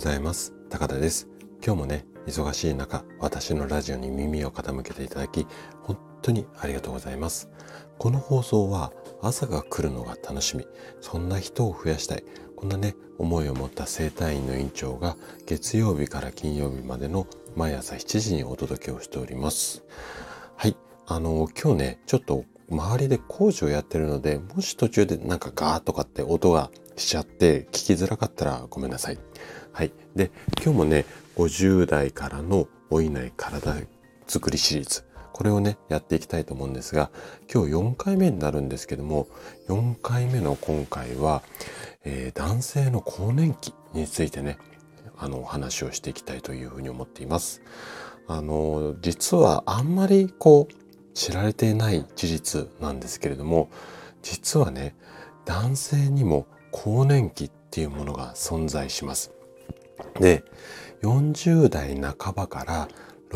ざいます。高田です。今日もね、忙しい中、私のラジオに耳を傾けていただき、本当にありがとうございます。この放送は朝が来るのが楽しみ、そんな人を増やしたい、こんなね、思いを持った整体院の院長が月曜日から金曜日までの毎朝7時にお届けをしております。はい。今日ね、ちょっと周りで工事をやってるので、もし途中でなんかガーとかって音がしちゃって聞きづらかったらごめんなさい。はい。で、今日もね、50代からの老いない体づくりシリーズ。これをね、やっていきたいと思うんですが、今日4回目になるんですけども、4回目の今回は、男性の更年期についてね、お話をしていきたいというふうに思っています。実はあんまり知られていない事実なんですけれども、実はね、男性にも更年期っていうものが存在します。で、40代半ばから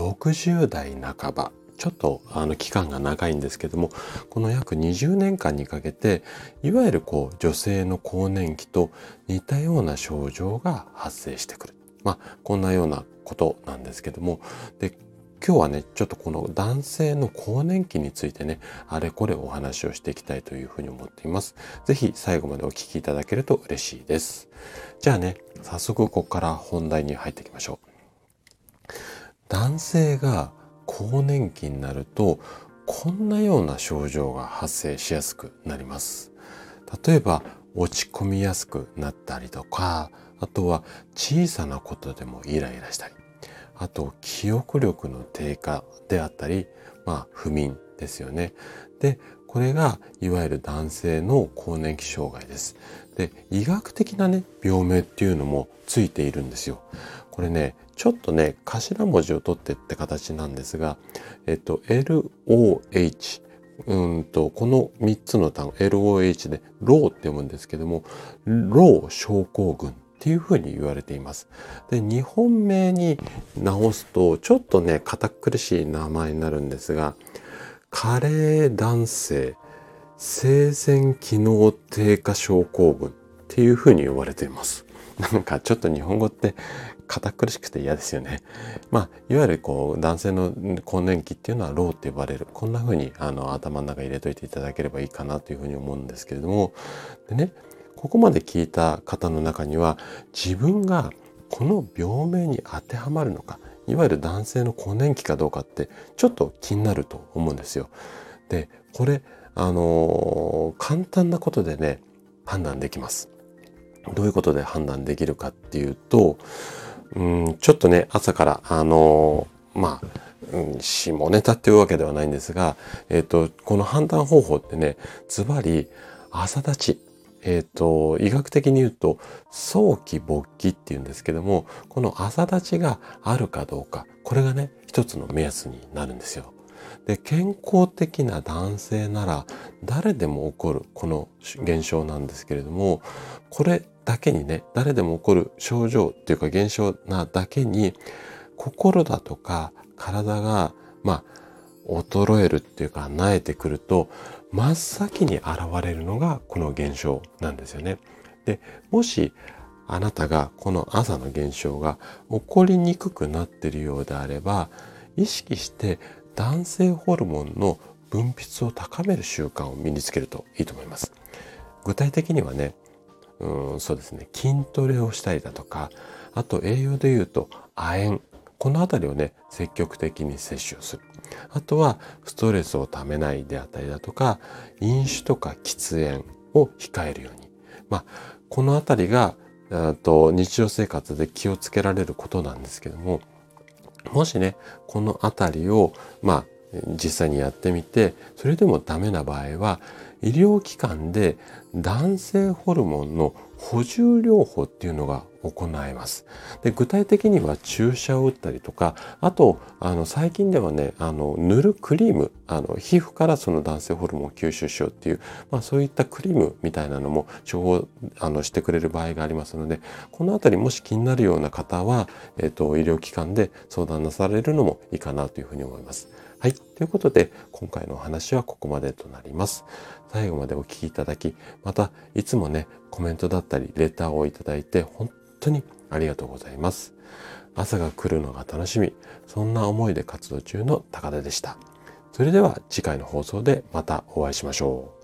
60代半ば、ちょっと期間が長いんですけども、この約20年間にかけて、いわゆる女性の更年期と似たような症状が発生してくる。こんなようなことなんですけども、で、今日はね、ちょっとこの男性の更年期についてね、あれこれお話をしていきたいというふうに思っています。ぜひ最後までお聞きいただけると嬉しいです。じゃあね、早速ここから本題に入っていきましょう。男性が更年期になると、こんなような症状が発生しやすくなります。例えば、落ち込みやすくなったりとか、あとは小さなことでもイライラしたり、あと記憶力の低下であったり、不眠ですよね。で、これがいわゆる男性の更年期障害です。で、医学的なね、病名っていうのもついているんですよ。これね、ちょっとね、頭文字を取ってって形なんですが、LOH、この3つの単語、LOH で、ローって読むんですけども、ロー症候群っていうふうに言われています。で、日本名に直すと、ちょっとね、堅苦しい名前になるんですが、加齢男性生前機能低下症候群っていうふうに呼ばれています。なんかちょっと日本語って堅苦しくて嫌ですよね。いわゆる男性の更年期っていうのはローって呼ばれる。こんな風に頭の中に入れといていただければいいかなというふうに思うんですけれども。でね、ここまで聞いた方の中には自分がこの病名に当てはまるのか、いわゆる男性の更年期かどうかってちょっと気になると思うんですよ。で、これ、簡単なことでね、判断できます。どういうことで判断できるかっていうと、ちょっとね、朝から、下ネタっていうわけではないんですが、この判断方法ってね、ズバリ、朝立ち。医学的に言うと、早期勃起っていうんですけども、この朝立ちがあるかどうか、これがね、一つの目安になるんですよ。で、健康的な男性なら誰でも起こるこの現象なんですけれども、これだけにね、誰でも起こる症状っていうか現象なだけに、心だとか体が衰えるっていうか萎えてくると、真っ先に現れるのがこの現象なんですよね。で、もしあなたがこの朝の現象が起こりにくくなっているようであれば、意識して男性ホルモンの分泌を高める習慣を身につけるといいと思います。具体的にはね、そうですね、筋トレをしたりだとか、あと栄養で言うと亜鉛、このあたりをね、積極的に摂取する。あとはストレスをためないであったりだとか、飲酒とか喫煙を控えるように。このあたりが日常生活で気をつけられることなんですけども、もしね、このあたりを、実際にやってみて、それでもダメな場合は、医療機関で男性ホルモンの補充療法っていうのが行えます。で、具体的には注射を打ったりとか、あと、最近ではね、塗るクリーム、皮膚からその男性ホルモンを吸収しようっていう、そういったクリームみたいなのも処方してくれる場合がありますので、このあたりもし気になるような方は、医療機関で相談なされるのもいいかなというふうに思います。はい。ということで、今回のお話はここまでとなります。最後までお聞きいただき、また、いつもね、コメントだったり、レターをいただいて、本当にありがとうございます。朝が来るのが楽しみ、そんな思いで活動中の高田でした。それでは次回の放送でまたお会いしましょう。